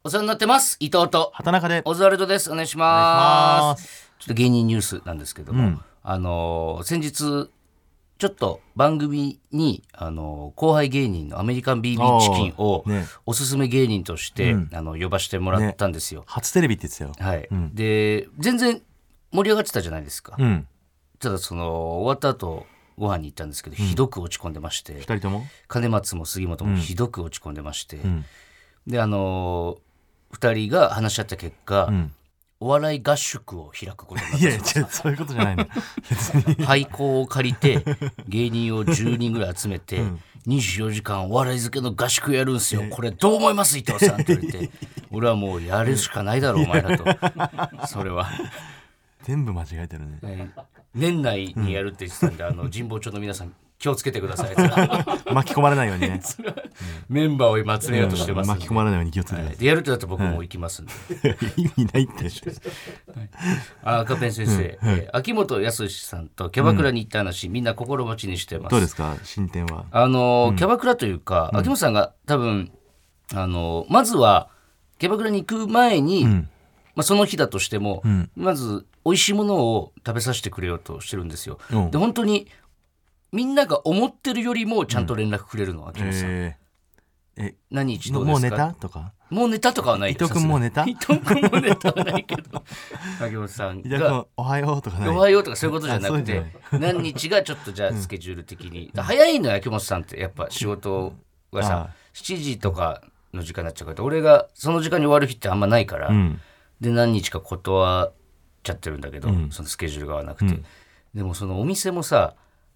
お世話になってます。伊藤と畑中でオズワルドです。お願いします。ちょっと芸人ニュースなんですけども、先日ちょっと番組に後輩芸人のアメリカン BB チキンをおすすめ芸人として、呼ばせてもらったんですよ、 初テレビって言ってたよ。 はい、で全然盛り上がってたじゃないですか、ただ終わった後ご飯に行ったんですけど、ひどく落ち込んでまして、2 人とも金松も杉本もひどく落ち込んでまして、で2人が話し合った結果、お笑い合宿を開くことになったんです。 いやそういうことじゃないの廃校を借りて芸人を10人ぐらい集めて、24時間お笑い漬けの合宿やるんすよ、これどう思います伊藤さんって言われて俺はもうやるしかないだろうお前らとそれは全部間違えてるね、 年内にやるって言ってたんで、神保町の皆さん気をつけてください巻き込まれないようにねメンバーを今集めようとしてますんで、 巻き込まれないように気をつけてください、 でやるとなったら僕も行きますんで、 意味ないって赤ペン先生、秋元康さんとキャバクラに行った話、みんな心待ちにしてます。 どうですか進展は。 キャバクラというか、秋元さんが多分まずはキャバクラに行く前に、その日だとしても、まず美味しいものを食べさせてくれようとしてるんですよ。で本当にみんなが思ってるよりもちゃんと連絡くれるの、秋元さん。何日どうですか。 もう寝たとか。 もう寝たとかはないです。 伊藤君もう寝た。 伊藤君も寝たはないけど秋元さんがおはようとかない。 おはようとかそういうことじゃなくて、何日がちょっとじゃあスケジュール的に、早いのよ秋元さんってやっぱ仕事がさ7時とかの時間になっちゃうから、俺がその時間に終わる日ってあんまないから、で何日か断っちゃってるんだけど、そのスケジュールが合わなくて、でもそのお店もさ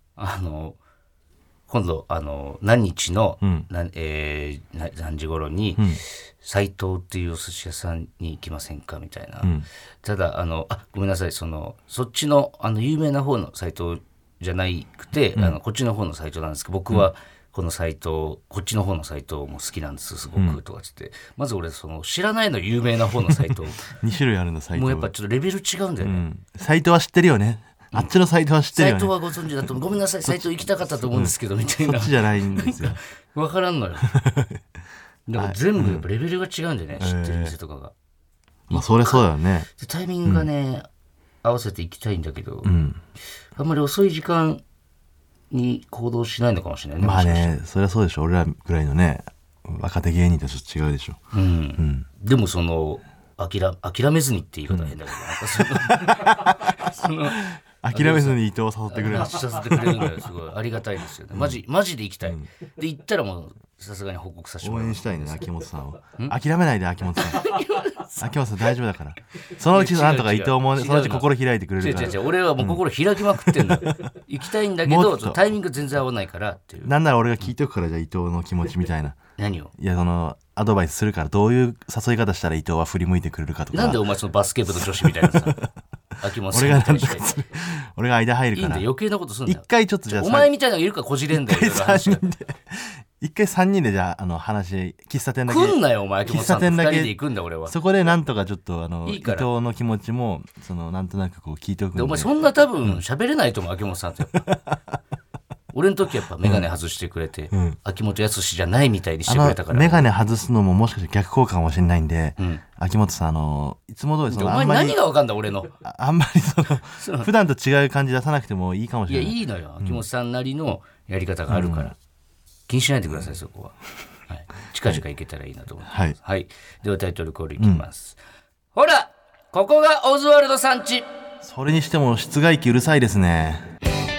今度何日の、何時頃に斉藤っていうお寿司屋さんに行きませんかみたいな、ただごめんなさい、そっちの有名な方の斉藤じゃなくて、こっちの方の斉藤なんですけど、僕はこの斉藤、こっちの方の斉藤も好きなんですすごく、とかつって、まず俺知らないの有名な方の斉藤 2種類あるの斉藤。 もうやっぱちょっとレベル違うんだよね、 斉藤は知ってるよね。あっちの斉藤は知ってるよね。 斉藤はご存知だと、ごめんなさい斉藤行きたかったと思うんですけど、みたいな。 そっちじゃないんですよ。 分からんのよ。でも全部やっぱレベルが違うんでね、知ってる店とかが。 まあそれそうだよね。 タイミングがね、合わせて行きたいんだけど、あんまり遅い時間に行動しないのかもしれないね。 まあね、それはそうでしょ。俺らぐらいのね若手芸人とちょっと違うでしょ。 でも諦めずにって言い方変だけど、 諦めずに伊藤を誘ってくれる。 誘ってくれるのよ、すごいありがたいですよね。マジで行きたい。で行ったらもうさすがに報告させてもらいます。 応援したいね秋元さんを。諦めないで秋元さん。秋元さん大丈夫だから。そのうちなんとか伊藤もそのうち心開いてくれるから。 違う俺はもう心開きまくってんの。行きたいんだけどタイミング全然合わないからっていう。 なんなら俺が聞いておくから、じゃあ伊藤の気持ちみたいな。 何を。 いやアドバイスするから、どういう誘い方したら伊藤は振り向いてくれるかとか。 なんでお前バスケ部の女子みたいなさ秋元さんみたいにして俺が間入るから。 いいんだ余計なことすんだよ。 一回ちょっとじゃあお前みたいなのがいるからこじれんだよ。 一回3人でじゃあ話喫茶店だけ来んなよお前。秋元さんと2人で行くんだ俺は。 そこでなんとかちょっといいから伊藤の気持ちもなんとなくこう聞いておくんで。 お前そんな多分喋れないと思う秋元さんって。俺の時やっぱ眼鏡外してくれて、秋元康じゃないみたいにしてくれたから。 眼鏡外すのももしかして逆効果かもしれないんで、秋元さんいつも通りお前何が分かんだ俺の。 あんまり普段と違う感じ出さなくてもいいかもしれない。 いやいいのよ、秋元さんなりのやり方があるから、気にしないでくださいそこは。近々行けたらいいなと思います。はい、ではタイトルコールいきます。ほらここがオズワルドさんち。 それにしても室外機うるさいですね。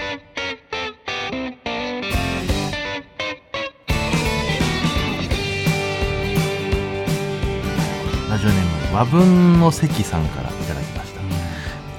ラジオネーム和文の関さんからいただきました。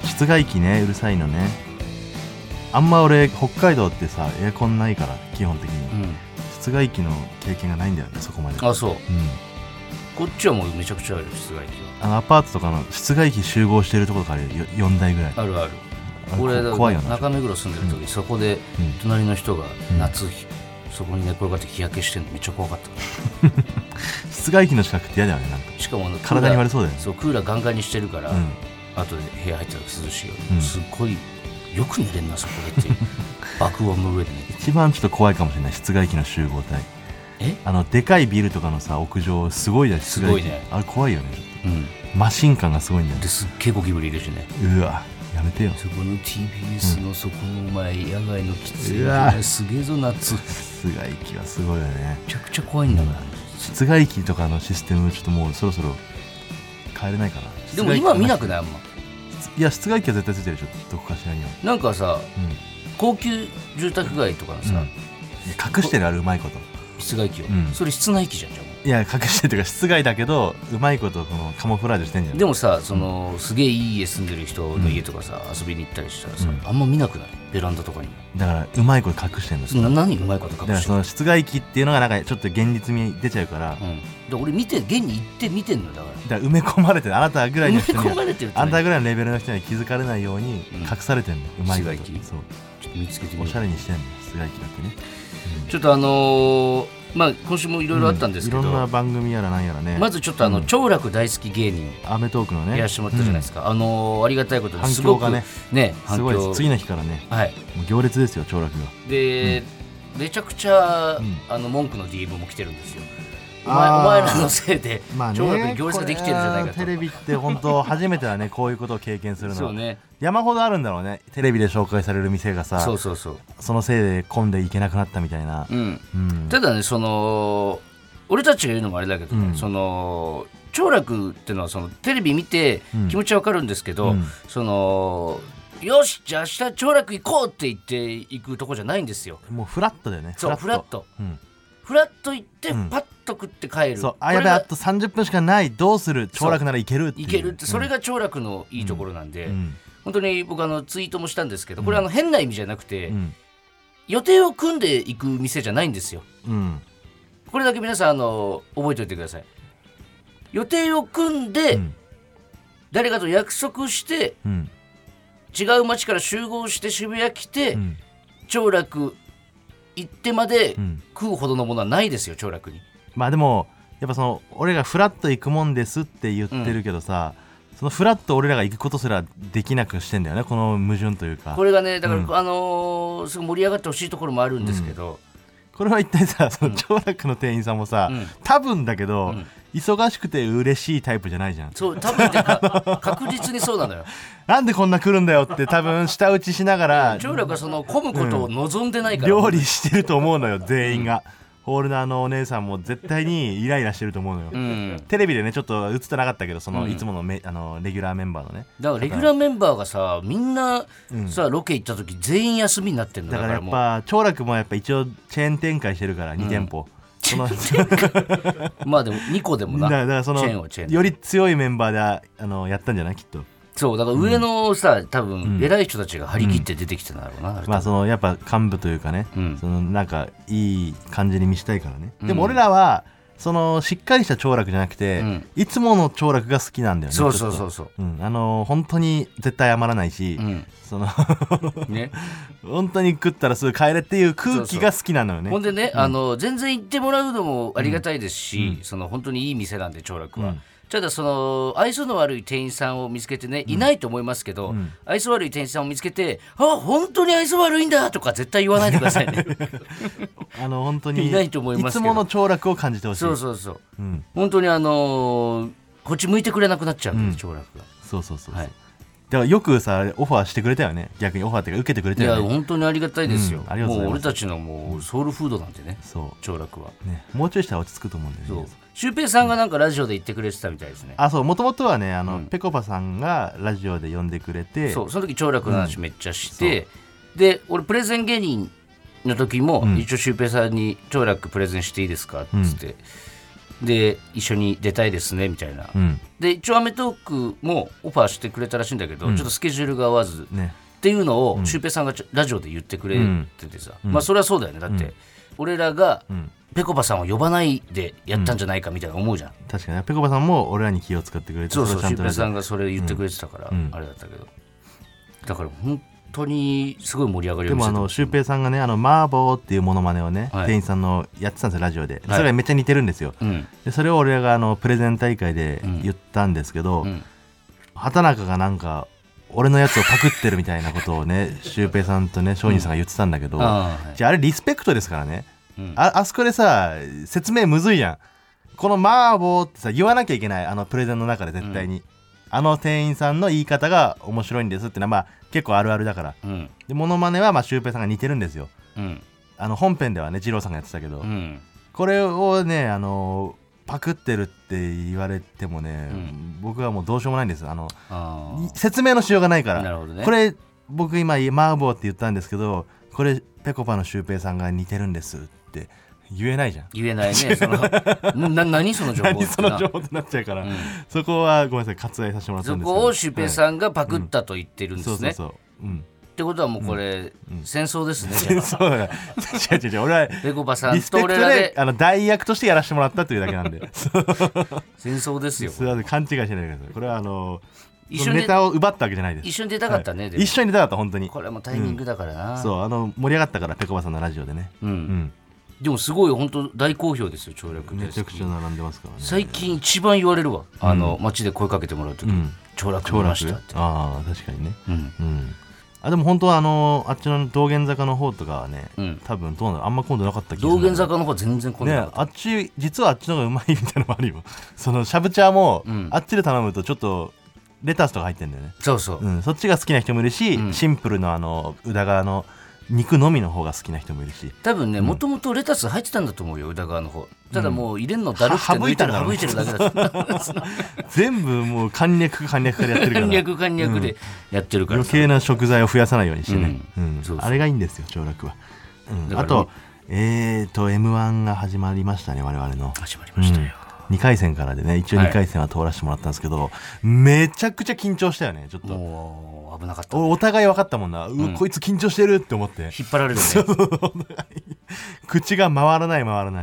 室外機ねうるさいのね。あんま俺北海道ってさエアコンないから基本的に、室外機の経験がないんだよねそこまで。 あそう、こっちはもうめちゃくちゃあるよ室外機は。アパートとかの室外機集合してるところから4台ぐらいある。俺怖いよな。 中目黒住んでる時、そこで隣の人が夏、そこに寝転がって日焼けしてるのめっちゃ怖かった室外機の近くって嫌だよね。なんかしかも体に悪そうだよね。 そうクーラーガンガンにしてるから、後で部屋入ったら涼しいよ、すっごいよく寝れんなそこでっていう爆音の上でね。 一番ちょっと怖いかもしれない室外機の集合体。 でかいビルとかのさ屋上すごいじゃん。 すごいね。 あれ怖いよね。マシン感がすごいんだよ。 ですっげえゴキブリいるしね。 うわやめてよ。 そこの TBS のそこの前、野外の喫煙所すげえぞ夏。 室外機はすごいよね。 めちゃくちゃ怖いんだから、 室外機とかのシステムちょっともうそろそろ変えれないかな。 でも今見なくないあんま。 いや室外機は絶対ついてるでしょ、どこかしらには。 なんかさ、高級住宅街とかのさ、 隠してるあるうまいこと室外機を、それ室内機じゃん。じゃいや隠してるというか室外だけどうまいことこのカモフラージュしてんじゃん。 でもさ、そのすげえいい家住んでる人の家とかさ、遊びに行ったりしたらさ、あんま見なくない？ベランダとかにも。 だからうまいこと隠してんの。 何うまいこと隠してんの？ だからその室外機っていうのがなんかちょっと現実味出ちゃうから、 で俺現に行って見てんのだから。 埋め込まれてる、あなたぐらいの人に埋め込まれてる、 あなたぐらいのレベルの人には気づかれないように隠されてんの、うまいこと。 室外機。 そうちょっと見つけてみよう。 おしゃれにしてんの室外機だってね。 ちょっとまあ今週もいろいろあったんですけど、 いろんな番組やらなんやらね。 まずちょっと長楽大好き芸人アメトークのねいらっしゃいましたじゃないですか。ありがたいことですごくね反響すごいです。次の日からね、もう行列ですよ長楽が。 で、めちゃくちゃ文句の DM も来てるんですよ。お前らのせいで長楽に行列ができてるんじゃないかと。 テレビって本当初めてだねこういうことを経験するのは。 そうね、 山ほどあるんだろうね、テレビで紹介される店がさ、そのせいで混んでいけなくなったみたいな。ただね、俺たちが言うのもあれだけど、長楽っていうのはテレビ見て気持ちは分かるんですけど、よしじゃあ明日長楽行こうって言って行くとこじゃないんですよ。 もうフラットだよね。 そうフラット、フラッと行ってパッと食って帰る。 そうやべあと30分しかない、どうする、長楽なら行けるっていう。 行けるって、それが長楽のいいところなんで、本当に僕ツイートもしたんですけど、これ変な意味じゃなくて、予定を組んでいく店じゃないんですよ。これだけ皆さん覚えておいてください。予定を組んで、誰かと約束して、違う町から集合して渋谷来て、長楽行ってまで食うほどのものはないですよ長楽に。 まあでもやっぱ俺がフラッと行くもんですって言ってるけどさ、そのフラッと俺らが行くことすらできなくしてんだよね、この矛盾というか。 これがねだから、すごい盛り上がってほしいところもあるんですけど、 これは一体さ、長楽の店員さんもさ、多分だけど、忙しくて嬉しいタイプじゃないじゃん。 そう多分確実にそうなのよ。 なんでこんな来るんだよって多分舌打ちしながら長楽は混むことを望んでないから、 料理してると思うのよ全員が。ホールのお姉さんも絶対にイライラしてると思うのよ。テレビでねちょっと映ってなかったけど、いつものレギュラーメンバーのね。 だからレギュラーメンバーがさみんなさ、ロケ行った時全員休みになってんのだからやっぱ長楽もやっぱ一応チェーン展開してるから2店舗。 まあでも2個でもな、 だからチェーンより強いメンバーでやったんじゃないきっと。 そうだから上のさ、多分偉い人たちが張り切って出てきてたんだろうな、 まあやっぱ幹部というかね、なんかいい感じに見したいからね。でも俺らはしっかりした長楽じゃなくて、いつもの長楽が好きなんだよね。 そう本当に絶対余らないし、ね、本当に食ったらすぐ帰れっていう空気が好きなのよね。 ほんでね、全然行ってもらうのもありがたいですし、本当にいい店なんで長楽は、ただ愛想の悪い店員さんを見つけてね、いないと思いますけど、愛想悪い店員さんを見つけて本当に愛想悪いんだとか絶対言わないでくださいね。 本当にいないと思いますけど、 いつもの長楽を感じてほしい。 本当にこっち向いてくれなくなっちゃうんで、長楽が。 そう、だからよくさオファーしてくれたよね。逆にオファーっていうか受けてくれたよね。 いや本当にありがたいですよ。もう俺たちのもうソウルフードなんでね、長楽はね。もうちょいしたら落ち着くと思うんだよね。 シュウペイさんがなんかラジオで言ってくれてたみたいですね。 そう、もともとはねぺこぱさんがラジオで呼んでくれて、 その時長楽の話めっちゃして、で俺プレゼン芸人の時も、一応シュウペイさんに長楽プレゼンしていいですかっつって、で一緒に出たいですねみたいな、で一応アメトークもオファーしてくれたらしいんだけど、ちょっとスケジュールが合わず、っていうのをシュウペイさんがラジオで言ってくれててさ、まあそれはそうだよね。だって、俺らがぺこぱさんを呼ばないでやったんじゃないかみたいな思うじゃん。 確かにぺこぱさんも俺らに気を使ってくれて、 そうシュウペイさんがそれ言ってくれてたから、あれだったけど、だから本当にすごい盛り上がりを見せて。 でもシュウペイさんがね麻婆っていうモノマネをね、店員さんのやってたんですよラジオで。それがめっちゃ似てるんですよ。でそれを俺らがプレゼン大会で言ったんですけど、畑中がなんか俺のやつをパクってるみたいなことをねシュウペイさんとね松陰さんが言ってたんだけど、じゃああれリスペクトですからね。 あそこでさ説明むずいじゃん。この麻婆ってさ言わなきゃいけない、プレゼンの中で絶対に、店員さんの言い方が面白いんですってのは結構あるあるだから、でモノマネはシュウペイさんが似てるんですよ、本編ではね二郎さんがやってたけど、これをねパクってるって言われてもね、僕はもうどうしようもないんです。説明のしようがないから。なるほどね。これ僕今麻婆って言ったんですけど、これぺこぱのシュウペイさんが似てるんですって言えないじゃん。 言えないね。何その情報何その情報ってなっちゃうから、そこはごめんなさい割愛させてもらったんですけど、 そこをシュウペイさんがパクったと言ってるんですね。ってことはもうこれ、戦争ですね。 戦争だ。違う俺はぺこぱさんと俺らで代役としてやらせてもらったというだけなんで戦争ですよ。 それは勘違いしないでください。これはネタを奪ったわけじゃないです。 一緒に出たかったね。 一緒に出たかった本当に。 これはもうタイミングだからな。 そう盛り上がったからぺこぱさんのラジオでね。 でもすごい本当大好評ですよ長楽亭。 めちゃくちゃ並んでますからね。 最近一番言われるわ、街で声かけてもらうとき、長楽見ましたって。 ああ確かにね。でも本当はあっちの道玄坂の方とかはね、多分どうなのあんま混んでなかった気がする。 道玄坂の方は全然混んでなかったね。実はあっちの方がうまいみたいなのもあるよ。そのしゃぶチャーも、あっちで頼むとちょっとレタスとか入ってんだよね。 そうそう、 そっちが好きな人もいるし、シンプルの宇田川の肉のみの方が好きな人もいるし、 多分ねもともとレタス入ってたんだと思うよ宇田川の方。ただもう入れんのだるくて省いてるだけだ全部もうこんにゃくからやってるからこんにゃくでやってるから、 余計な食材を増やさないようにしてね、あれがいいんですよ長楽は。あとM1 が始まりましたね。我々の始まりましたよ。 2回戦からでね、一応2回戦は通らせてもらったんですけど、めちゃくちゃ緊張したよね。ちょっともう危なかった、 お互い分かったもんな、こいつ緊張してるって思って引っ張られるね口が回らない、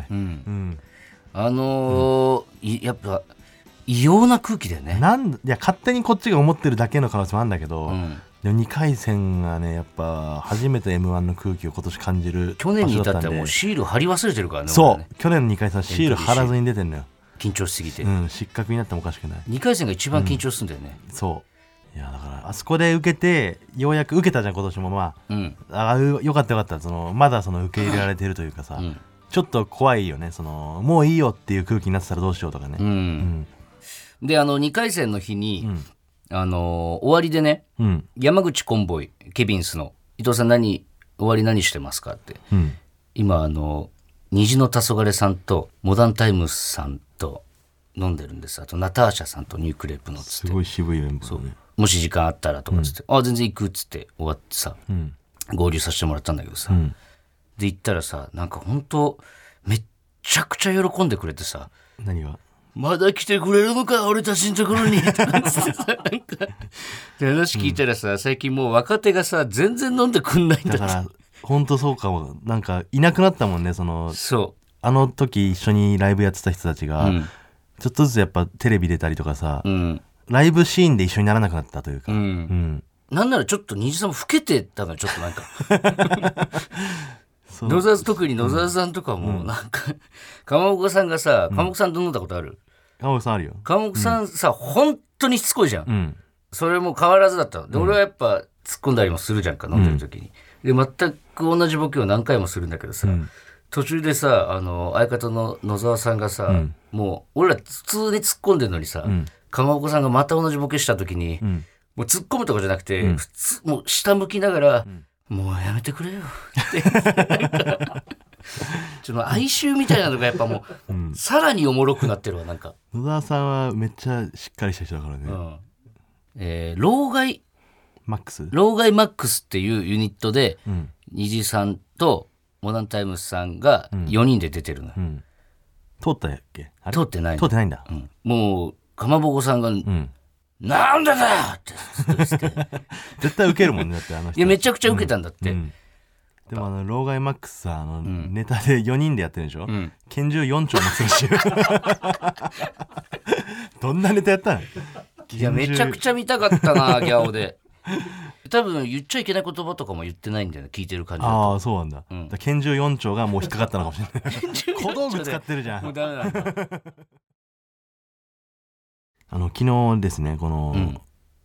やっぱ異様な空気だよね。 いや勝手にこっちが思ってるだけの可能性もあるんだけど、でも2回戦がねやっぱ初めて M1 の空気を今年感じる場所だったんで。 去年に至ってはもうシール貼り忘れてるからね。 そう、去年の2回戦シール貼らずに出てんのよ。 緊張しすぎて、 失格になってもおかしくない。 2回戦が一番緊張するんだよね、 そういやだからあそこで受けてようやく受けたじゃん今年も。よかったよかった。まだ受け入れられてるというかさ、ちょっと怖いよね。もういいよっていう空気になってたらどうしようとかね。 で2回戦の日に、終わりでね、山口コンボイケビンスの伊藤さん終わり何してますかって、今虹の黄昏さんとモダンタイムスさんと飲んでるんです。あとナターシャさんとニュークレープのつって、 すごい渋いメンバーね。 もし時間あったらとかつって、全然行くっつって終わってさ、合流させてもらったんだけどさ、で行ったらさなんか本当めっちゃくちゃ喜んでくれてさ。 何がまだ来てくれるのか俺たちのところにってさなんかで話聞いたらさ、最近もう若手がさ全然飲んでくんないんだって。 だから本当そうかも。なんかいなくなったもんね。あの時一緒にライブやってた人たちが、ちょっとずつやっぱテレビ出たりとかさ、ライブシーンで一緒にならなくなったというか、 なんならちょっと虹さんも老けてたのちょっとなんか特に野沢さんとかもなんか、鎌岡さんがさ、鎌岡さんと飲んだことある？ 鎌岡さんあるよ。 鎌岡さんさ、本当にしつこいじゃん、それも変わらずだったので、俺はやっぱ突っ込んだりもするじゃんか飲んでる時に、で全く同じボケを何回もするんだけどさ、途中でさ相方の野沢さんがさ、もう俺ら普通に突っ込んでるのにさ、鎌岡さんがまた同じボケした時に、もう突っ込むとかじゃなくて、普通もう下向きながら、もうやめてくれよってちょっと哀愁みたいなのがやっぱもう、さらにおもろくなってるわ。なんか野沢さんはめっちゃしっかりした人だからね、老害マックスっていうユニットで、虹さんとモダンタイムスさんが4人で出てるの、 通ったっけ？ 通ってないんだ、 もうかまぼこさんが、なんでだって絶対ウケるもんね。だって人いやめちゃくちゃウケたんだって、 でも老害マックスさネタで4人でやってるでしょ、拳銃4丁持ってるしどんなネタやったの？ いやめちゃくちゃ見たかったなギャオで多分言っちゃいけない言葉とかも言ってないんだよね、聞いてる感じだと。 そうなんだ、拳銃4丁がもう引っかかったのかもしれない小道具使ってるじゃん。もうダメなんだ昨日ですねこの、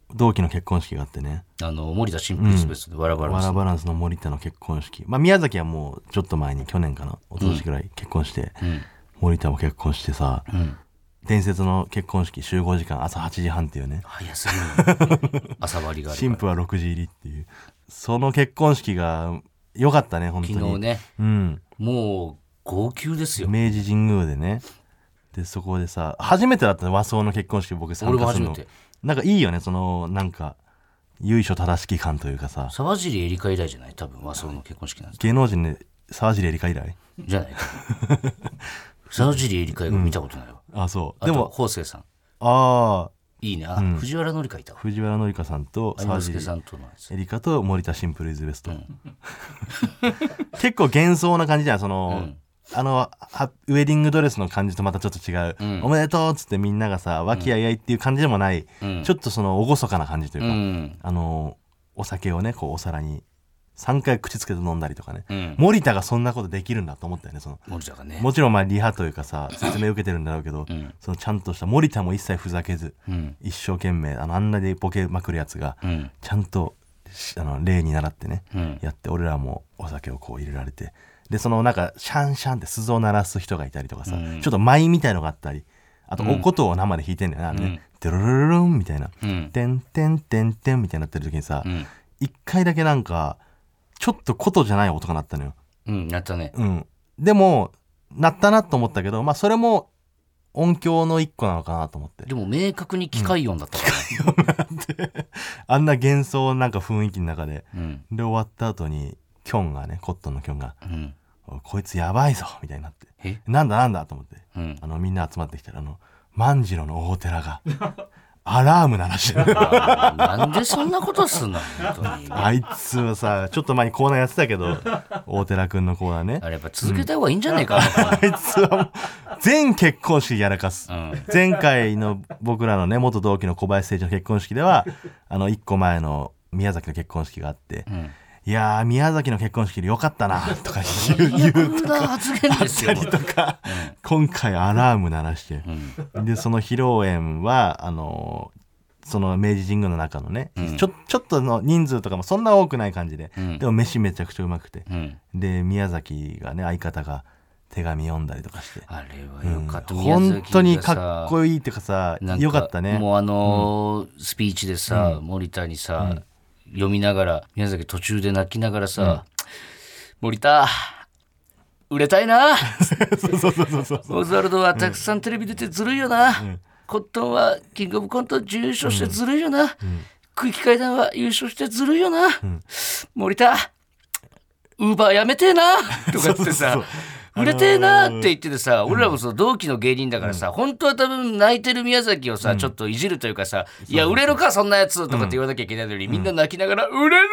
同期の結婚式があってね、 森田シンプルイズベストでわらばらんすの森田の結婚式、宮崎はもうちょっと前に去年かな一昨年ぐらい結婚して、森田も結婚してさ、伝説の結婚式集合時間朝8時半っていうね、 早すぎる朝割りがあるから新婦は6時入りっていう、その結婚式が良かったね本当に。 昨日ね、もう号泣ですよ。 明治神宮でね。でそこでさ初めてだった和装の結婚式僕参加するの。なんかいいよね、そのなんか由緒正しき感というかさ。 沢尻エリカ以来じゃない多分和装の結婚式なんです。 芸能人で沢尻エリカ以来じゃない沢尻エリカ以外見たことないわ。 あ、そう。 でも方正さん、 ああいいね。藤原紀香いたわ。 藤原紀香さんと沢尻エリカと森田シンプルイズベスト、結構幻想な感じじゃん、その、ウェディングドレスの感じとまたちょっと違う、おめでとうっつってみんながさ和気あいあいっていう感じでもない、ちょっとその厳かな感じというか、お酒をねこうお皿に3回口つけて飲んだりとかね、森田がそんなことできるんだと思ったよね。その森田がね、 もちろんリハというかさ説明受けてるんだろうけど、そのちゃんとした森田も一切ふざけず、一生懸命あんなでボケまくるやつが、ちゃんと礼に習ってね、やって、俺らもお酒をこう入れられて、でそのなんかシャンシャンって鈴を鳴らす人がいたりとかさ、ちょっと舞みたいのがあったり、あとお琴を生で弾いてんだよね、デロロロロンみたいな、テンテンテンテンみたいになってる時にさ、一回だけなんかちょっと琴じゃない音が鳴ったのよ。 鳴ったね。 でも鳴ったなと思ったけど、それも音響の一個なのかなと思って。 でも明確に機械音だったからね、 あんな幻想なんか雰囲気の中で、で終わった後にキョンがね、コットンのキョンが、こいつやばいぞみたいになって、なんだと思って、みんな集まってきたら万次郎の大寺がアラーム鳴らしてるなんでそんなことすんの本当に。 あいつはさ、ちょっと前にコーナーやってたけど大寺くんのコーナーね、 あれやっぱ続けた方がいいんじゃないかな、 あいつはもう全結婚式やらかす、前回の僕らのね元同期の小林誠一の結婚式では1個前の宮崎の結婚式があって、いやー宮崎の結婚式でよかったなとか言うとか発言ですよあったりとか、今回アラーム鳴らして、でその披露宴はその明治神宮の中のね、ちょっとの人数とかもそんな多くない感じで、でも飯めちゃくちゃうまくて、で宮崎がね相方が手紙読んだりとかして、 あれはよかった、 本当にかっこいいっていうかさ、よかったね。 もうスピーチでさ、森田にさ、読みながら宮崎途中で泣きながらさ、森田売れたいなオズワルドはたくさんテレビ出てずるいよな、コットンはキングオブコント準優勝してずるいよな、空気階段は優勝してずるいよな、森田ウーバーやめてえなとかってさ売れてえなって言っててさ、俺らもその同期の芸人だからさ、本当は多分泣いてる宮崎をさ、ちょっといじるというかさ、いや売れるかそんなやつとかって言わなきゃいけないのに、みんな泣きながら売れる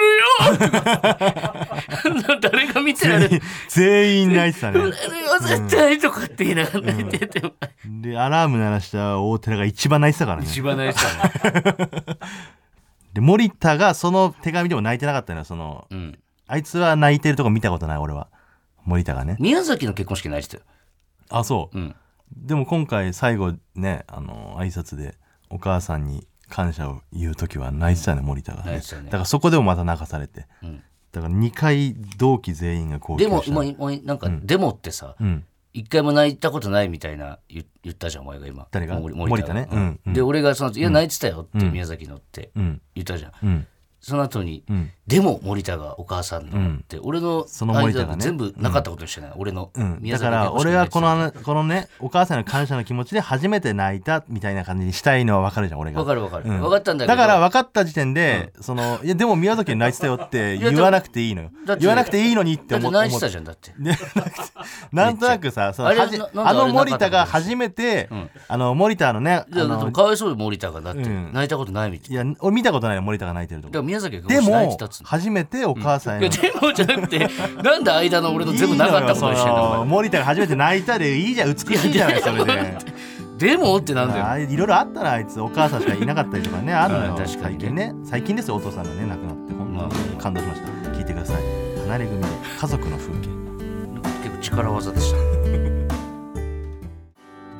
よ誰が見てられる全員泣いてたね。 売れるよ絶対とかって言いながら泣いてて、 でアラーム鳴らした大寺が一番泣いてたからね。 一番泣いてたねで森田がその手紙でも泣いてなかったのよ。その、あいつは泣いてるとこ見たことない俺は。森田がね、 宮崎の結婚式泣いてたよ。 あ、そう、でも今回最後ね挨拶でお母さんに感謝を言う時は泣いてたね、森田がね。だからそこでもまた泣かされて、だから2回同期全員がこうでもなんか、でもってさ、一回も泣いたことないみたいな言ったじゃんお前が今。 誰が？森田ね、 で俺がいや泣いてたよって宮崎のって言ったじゃん、その後に、でも森田がお母さんのって、俺の間が全部なかったことにしてない、俺のだから俺はこのねお母さんの感謝の気持ちで初めて泣いたみたいな感じにしたいのは分かるじゃん俺が。 分かる、分かったんだけど、 だから分かった時点で、いやでも宮崎に泣いてたよって言わなくていいのよ。言わなくていいのにって思って。 泣いてたじゃんだってなんとなくさ、森田が初めて、森田のね、 かわいそうよ森田がだって、泣いたことないみたいな。 いや俺見たことないよ森田が泣いてるとこ。 宮崎がでも初めてお母さんいやでもじゃなくてなんで間の俺の全部なかったことにしてんの。 森田が初めて泣いたでいいじゃん、美しいじゃないそれででもってなんだよ。 いろいろあったらあいつお母さんしかいなかったりとかねあるのよ。 確かにね、 最近ですよお父さんがね亡くなって本当に感動しました。聞いてください。離れ組で家族の風景。 結構力技でしたお聞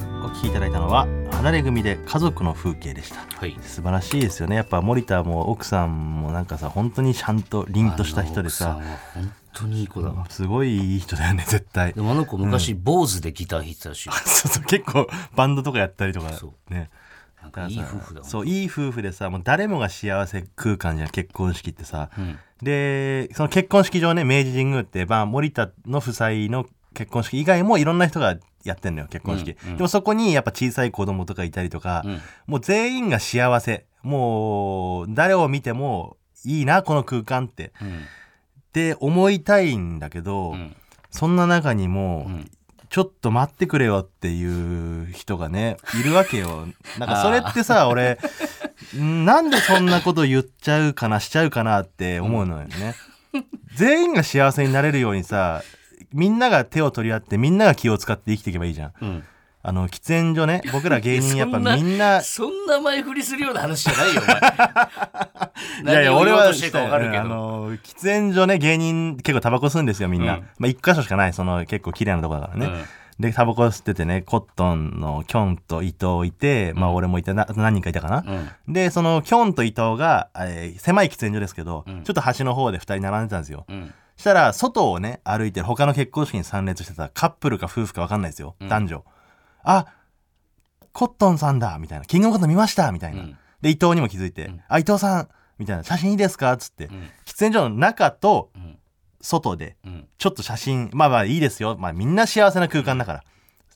きいただいたのは離れ組で家族の風景でした、 はい、 素晴らしいですよね。やっぱ森田も奥さんもなんかさ本当にちゃんと凛とした人でさ、 奥さんは本当にいい子だわ。 すごいいい人だよね絶対。 でもあの子昔、坊主でギター弾いてたしそうそう結構バンドとかやったりとかね。 なんかいい夫婦だもん。 そういい夫婦でさもう誰もが幸せ空間じゃん結婚式ってさ、でその結婚式場ね明治神宮って、森田の夫妻の結婚式以外もいろんな人がやってんのよ結婚式、でもそこにやっぱ小さい子供とかいたりとか、もう全員が幸せ、もう誰を見てもいいなこの空間って、って思いたいんだけど、そんな中にも、ちょっと待ってくれよっていう人がねいるわけよ。なんかそれってさ俺なんでそんなこと言っちゃうかなしちゃうかなって思うのよね、全員が幸せになれるようにさみんなが手を取り合ってみんなが気を使って生きていけばいいじゃん、喫煙所ね僕ら芸人やっぱみんなそんな前振りするような話じゃないよお前いやいや俺は喫煙所ね芸人結構タバコ吸うんですよみんな、一箇所しかないその結構綺麗なとこだからね、でタバコ吸っててねコットンのキョンと伊藤いて、俺もいて何人かいたかな、でそのキョンと伊藤が、狭い喫煙所ですけど、ちょっと端の方で2人並んでたんですよ、そしたら外をね歩いてる他の結婚式に参列してたカップルか夫婦か分かんないですよ、男女。あコットンさんだみたいな、キングオブコント見ましたみたいな、で伊藤にも気づいて、伊藤さんみたいな、写真いいですかっつって、喫煙所の中と外でちょっと写真、いいですよ、みんな幸せな空間だから、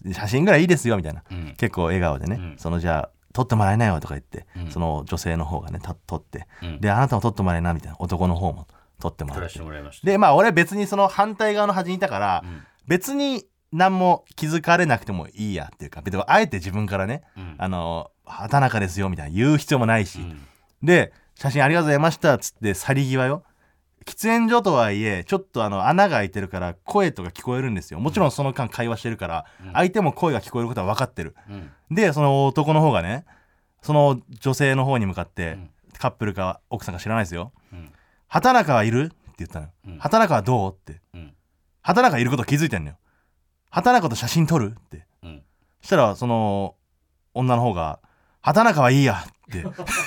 写真ぐらいいいですよみたいな、結構笑顔でね、そのじゃあ撮ってもらえないよとか言って、その女性の方がね撮って、であなたも撮ってもらえなみたいな、男の方も撮ってもらって、で俺別にその反対側の端にいたから、別に何も気づかれなくてもいいやっていうか、別にあえて自分からね、畑中ですよみたいな言う必要もないし、で写真ありがとうございましたっつって去り際よ、喫煙所とはいえちょっと穴が開いてるから声とか聞こえるんですよ。もちろんその間会話してるから、相手も声が聞こえることは分かってる、でその男の方がねその女性の方に向かって、カップルか奥さんか知らないですよ、畑中はいるって言ったの、畑中はどうって、畑中いること気づいてんのよ。畑中と写真撮るって、そしたらその女の方が畑中はいいやって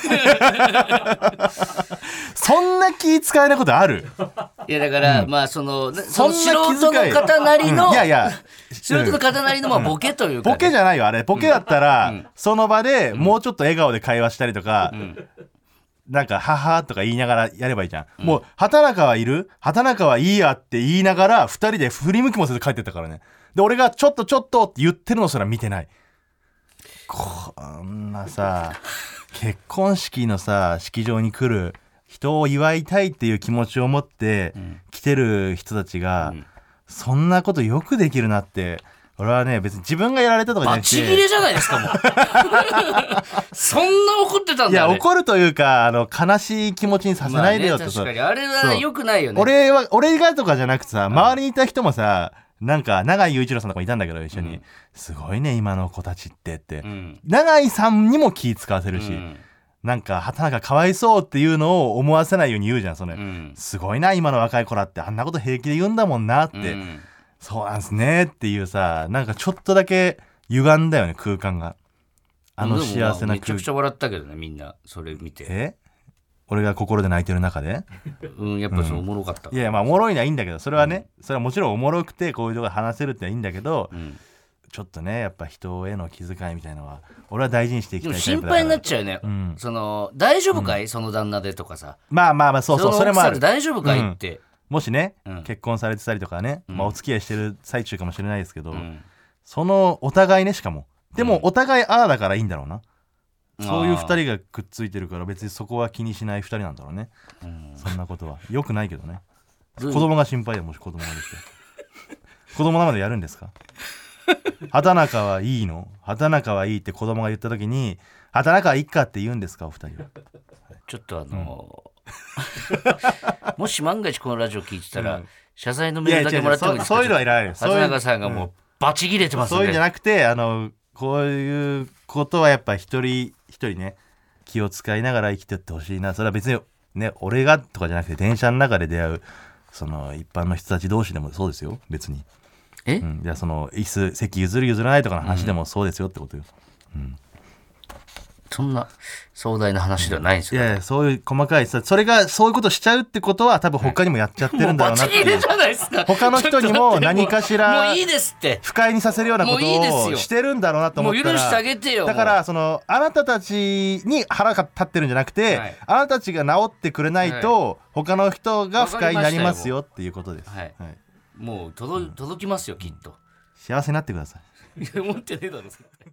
そんな気使えないことある？ いやだから、その素人の方なりの、素人の方なりのボケというか、 ボケじゃないよあれ。ボケだったら、その場でもうちょっと笑顔で会話したりとか、なんかははとか言いながらやればいいじゃん、もう畑中はいる？畑中はいいやって言いながら2人で振り向きもせず帰ってったからね。で俺がちょっとって言ってるのすら見てない。こんなさ結婚式のさ式場に来る人を祝いたいっていう気持ちを持って来てる人たちが、そんなことよくできるなって。俺はね別に自分がやられたとかじゃなくて、 バチギレじゃないですかもうそんな怒ってたんだ。 いや怒るというか悲しい気持ちにさせないでよって、 確かにあれは良くないよね。 俺がとかじゃなくてさ、周りにいた人もさ、なんか永井雄一郎さんとかいたんだけど一緒に、すごいね今の子たちってって、永井さんにも気使わせるし、なんか畑中かわいそうっていうのを思わせないように言うじゃんそれ、すごいな今の若い子らってあんなこと平気で言うんだもんなって、そうなんすねっていうさ、なんかちょっとだけ歪んだよね空間が。幸せな空間。 めちゃくちゃ笑ったけどねみんなそれ見て。 俺が心で泣いてる中でやっぱそうおもろかった、 いやおもろいのはいいんだけど、それはね、それはもちろんおもろくてこういうとこ話せるってのはいいんだけど、ちょっとねやっぱ人への気遣いみたいなのは俺は大事にしていきたいタイプだから。 心配になっちゃうよね、その大丈夫かい、その旦那でとかさ、 そうそれもある。 大丈夫かいって、 もしね、結婚されてたりとかね、お付き合いしてる最中かもしれないですけど、そのお互いね、しかもでもお互いああだからいいんだろうな、そういう2人がくっついてるから別にそこは気にしない2人なんだろうね、そんなことはよくないけどね。子供が心配で、もし子供ができて子供生でやるんですか畑中はいいの？畑中はいいって子供が言った時に畑中はいいかって言うんですかお二人は。 ちょっともし万が一このラジオ聞いてたら、謝罪のメールだけもらってもいいですか？ そういうのはいらない。 畑中さんがもうバチ切れてますんで、 そういうんじゃなくてこういうことはやっぱ一人一人ね気を使いながら生きてってほしいな。それは別にね俺がとかじゃなくて、電車の中で出会うその一般の人たち同士でもそうですよ。別にじゃあその椅子席譲る譲らないとかの話でもそうですよってことよ、 そんな壮大な話ではないんですよ、 いやいやそういう細かいさ、それがそういうことしちゃうってことは多分他にもやっちゃってるんだろうなっていう、 もうバチ切れじゃないですか。 他の人にも何かしらもういいですって不快にさせるようなこともういいですよをしてるんだろうなと思ったら、 もう許してあげてよ。 だからそのあなたたちに腹が立ってるんじゃなくて、 はい、 あなたたちが治ってくれないと、他の人が不快になりますよっていうことです。 はいはい、もう届きますよきっと。 幸せになってください。 いや思ってねえだろ。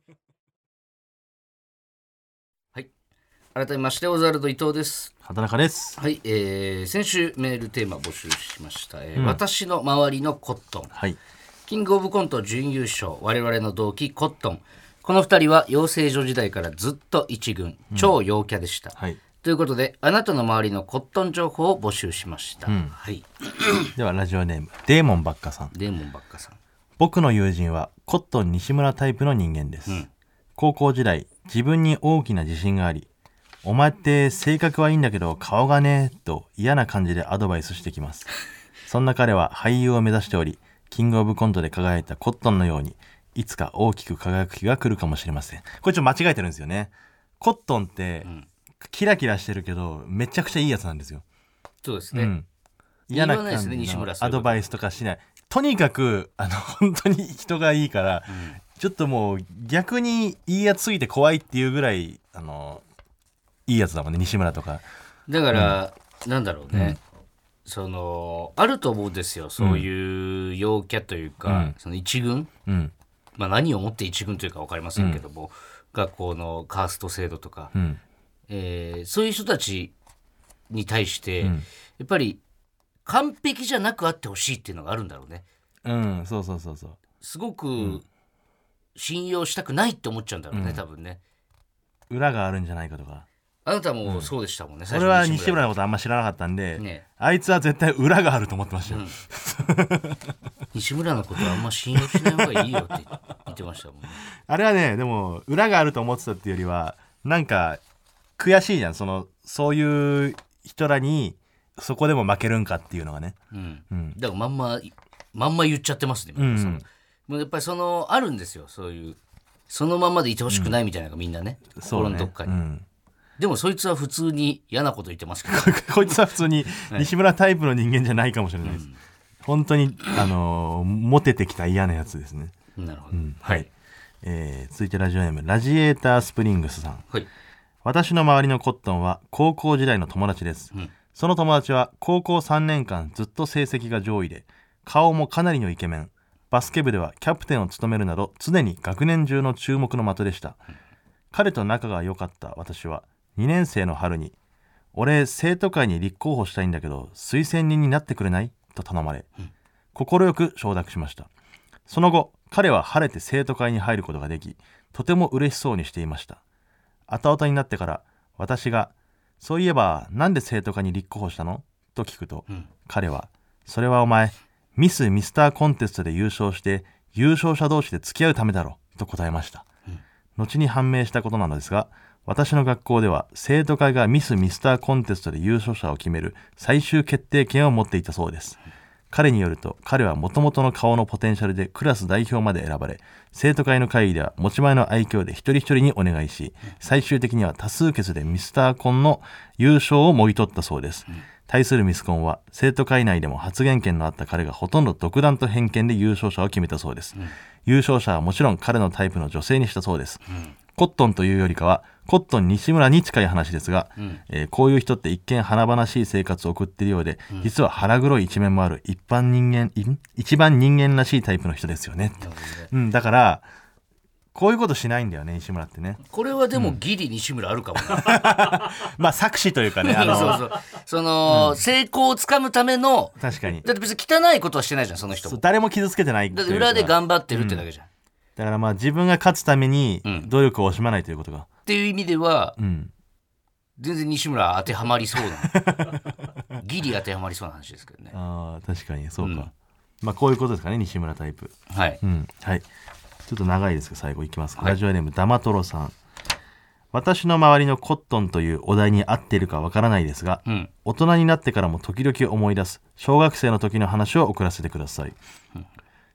はい、改めましてオズワルド伊藤です。 畑中です。 はい、先週メールテーマ募集しました、私の周りのコットン、はい、キングオブコント準優勝、我々の同期コットン、この2人は養成所時代からずっと一軍、超陽キャでした、はい、ということであなたの周りのコットン情報を募集しました、はい、 ではラジオネームデーモンばっかさん。 デーモンばっかさん。 僕の友人はコットン西村タイプの人間です、高校時代自分に大きな自信があり、お前って性格はいいんだけど顔がねと嫌な感じでアドバイスしてきますそんな彼は俳優を目指しており、キングオブコントで輝いたコットンのようにいつか大きく輝く日が来るかもしれません。これちょっと間違えてるんですよね。コットンって、キラキラしてるけどめちゃくちゃいいやつなんですよ。 そうですね、 嫌な感じのアドバイスとかしない。とにかく本当に人がいいから、ちょっともう逆にいいやつすぎて怖いっていうぐらいいいやつだもんね、西村とか。だから、なんだろうね、そのあると思うんですよ、そういう陽キャというか、その一軍、まあ、何をもって一軍というか分かりませんけども、学校のカースト制度とか、そういう人たちに対して、やっぱり完璧じゃなくあってほしいっていうのがあるんだろうね。 そうそうそうそう。 すごく信用したくないって思っちゃうんだろうね、多分ね。 裏があるんじゃないかとか。 あなたもそうでしたもんね、最初俺は西村のことあんま知らなかったんで、あいつは絶対裏があると思ってましたよ、 西村のことはあんま信用しない方がいいよって言ってましたもんね。 あれはね、でも裏があると思ってたっていうよりは、なんか悔しいじゃん、そういう人らにそこでも負けるんかっていうのがね、 だからまんま言っちゃってますね、もうやっぱりあるんですよ、そういうそのままでいてほしくないみたいなのがみんなね、心のどっかに、でもそいつは普通に嫌なこと言ってますけどこいつは普通に西村タイプの人間じゃないかもしれないです、本当にモテてきた嫌なやつですね。 なるほど、 はい、続いてラジオネームラジエータースプリングスさん、 はい、 私の周りのコットンは高校時代の友達です、その友達は高校3年間ずっと成績が上位で、顔もかなりのイケメン、バスケ部ではキャプテンを務めるなど常に学年中の注目の的でした、彼と仲が良かった私は2年生の春に、俺生徒会に立候補したいんだけど推薦人になってくれないと頼まれ、快く承諾しました。その後彼は晴れて生徒会に入ることができ、とても嬉しそうにしていました。後々になってから私が、そういえばなんで生徒会に立候補したのと聞くと、彼は、それはお前ミス・ミスターコンテストで優勝して優勝者同士で付き合うためだろと答えました、後に判明したことなのですが、私の学校では生徒会がミス・ミスターコンテストで優勝者を決める最終決定権を持っていたそうです。彼によると、彼はもともとの顔のポテンシャルでクラス代表まで選ばれ、生徒会の会議では持ち前の愛嬌で一人一人にお願いし、最終的には多数決でミスターコンの優勝をもぎ取ったそうです。対するミスコンは生徒会内でも発言権のあった彼がほとんど独断と偏見で優勝者を決めたそうです、優勝者はもちろん彼のタイプの女性にしたそうです、コットンというよりかはコットン西村に近い話ですが、こういう人って一見華々しい生活を送っているようで、実は腹黒い一面もある一番人間らしいタイプの人ですよね、だからこういうことしないんだよね、西村ってね。 これはでもギリ西村あるかもな、 まあ作詞というかね、 成功をつかむための、 確かに、 だって別に汚いことはしてないじゃん、その人も。 誰も傷つけてない。 だって裏で頑張ってるってだけじゃん、 だからまあ自分が勝つために努力を惜しまないということが、 っていう意味では、全然西村当てはまりそうなギリ当てはまりそうな話ですけどね。 あ、確かにそうか、まあこういうことですかね、西村タイプ。 はい、 はい、ちょっと長いですが最後いきますか、 はい、 ラジオネームダマトロさん。私の周りのコットンというお題に合っているかわからないですが、大人になってからも時々思い出す小学生の時の話を送らせてください、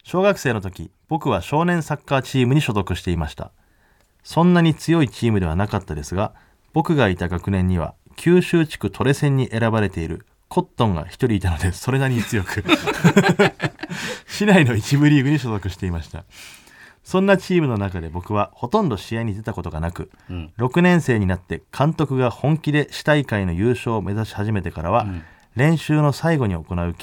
小学生の時、僕は少年サッカーチームに所属していました。そんなに強いチームではなかったですが、僕がいた学年には九州地区トレセンに選ばれているコットンが一人いたので、それなりに強く市内の一部リーグに所属していました。そんなチームの中で僕はほとんど試合に出たことがなく、6年生になって監督が本気で市大会の優勝を目指し始めてからは、練習の最後に行う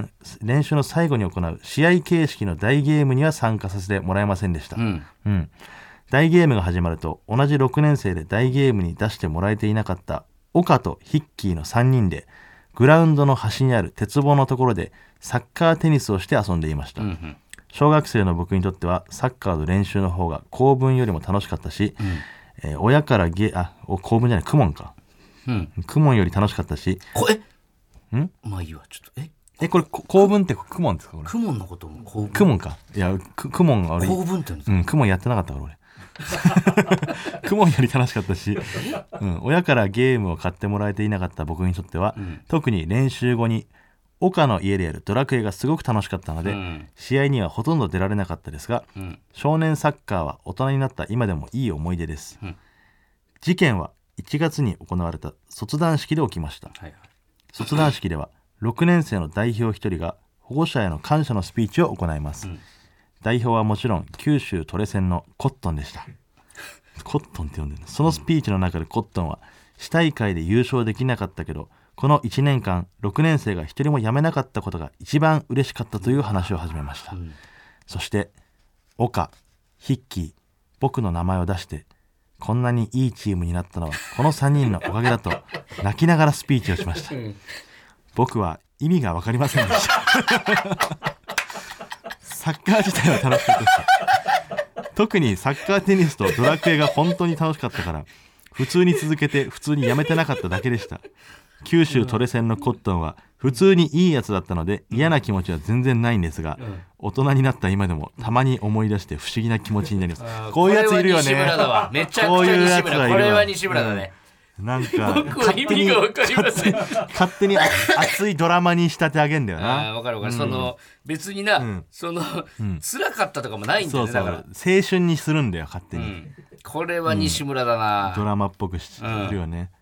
試合形式の大ゲームには参加させてもらえませんでした。大ゲームが始まると、同じ6年生で大ゲームに出してもらえていなかった岡とヒッキーの3人で、グラウンドの端にある鉄棒のところでサッカーテニスをして遊んでいました。小学生の僕にとってはサッカーの練習の方が公文よりも楽しかったし、親から公文じゃない、公文か、公文より楽しかったし、 まあいいわ、ちょっとこれ公文って公文ですか？これ公文のことも公文か。いや、公文が俺公文って言うんですか？ 公文やってなかったから俺公文より楽しかったし、親からゲームを買ってもらえていなかった僕にとっては、特に練習後に岡の家でやるドラクエがすごく楽しかったので、試合にはほとんど出られなかったですが、少年サッカーは大人になった今でもいい思い出です。事件は1月に行われた卒団式で起きました。卒団式では6年生の代表1人が保護者への感謝のスピーチを行います。代表はもちろん九州トレセンのコットンでした。コットンって呼んでるの。そのスピーチの中でコットンは、市大会で優勝できなかったけど、この1年間6年生が一人も辞めなかったことが一番嬉しかったという話を始めました。そして岡、ヒッキー、僕の名前を出して、こんなにいいチームになったのはこの3人のおかげだと泣きながらスピーチをしました。僕は意味が分かりませんでしたサッカー自体は楽しかったです。特にサッカーテニスとドラクエが本当に楽しかったから、普通に続けて普通にやめてなかっただけでした。九州トレセンのコットンは普通にいいやつだったので、嫌な気持ちは全然ないんですが、大人になった今でもたまに思い出して不思議な気持ちになります。こういうやついるよね。 これは西村だわ。めちゃくちゃ西村。これは西村だね。 なんか僕は意味が分かりません。 勝手に熱いドラマに仕立て上げんだよな。 分かる分かる。その別にな、その辛かったとかもないんだよね。だから青春にするんだよ勝手に。 これは西村だな。 ドラマっぽくしてるよね。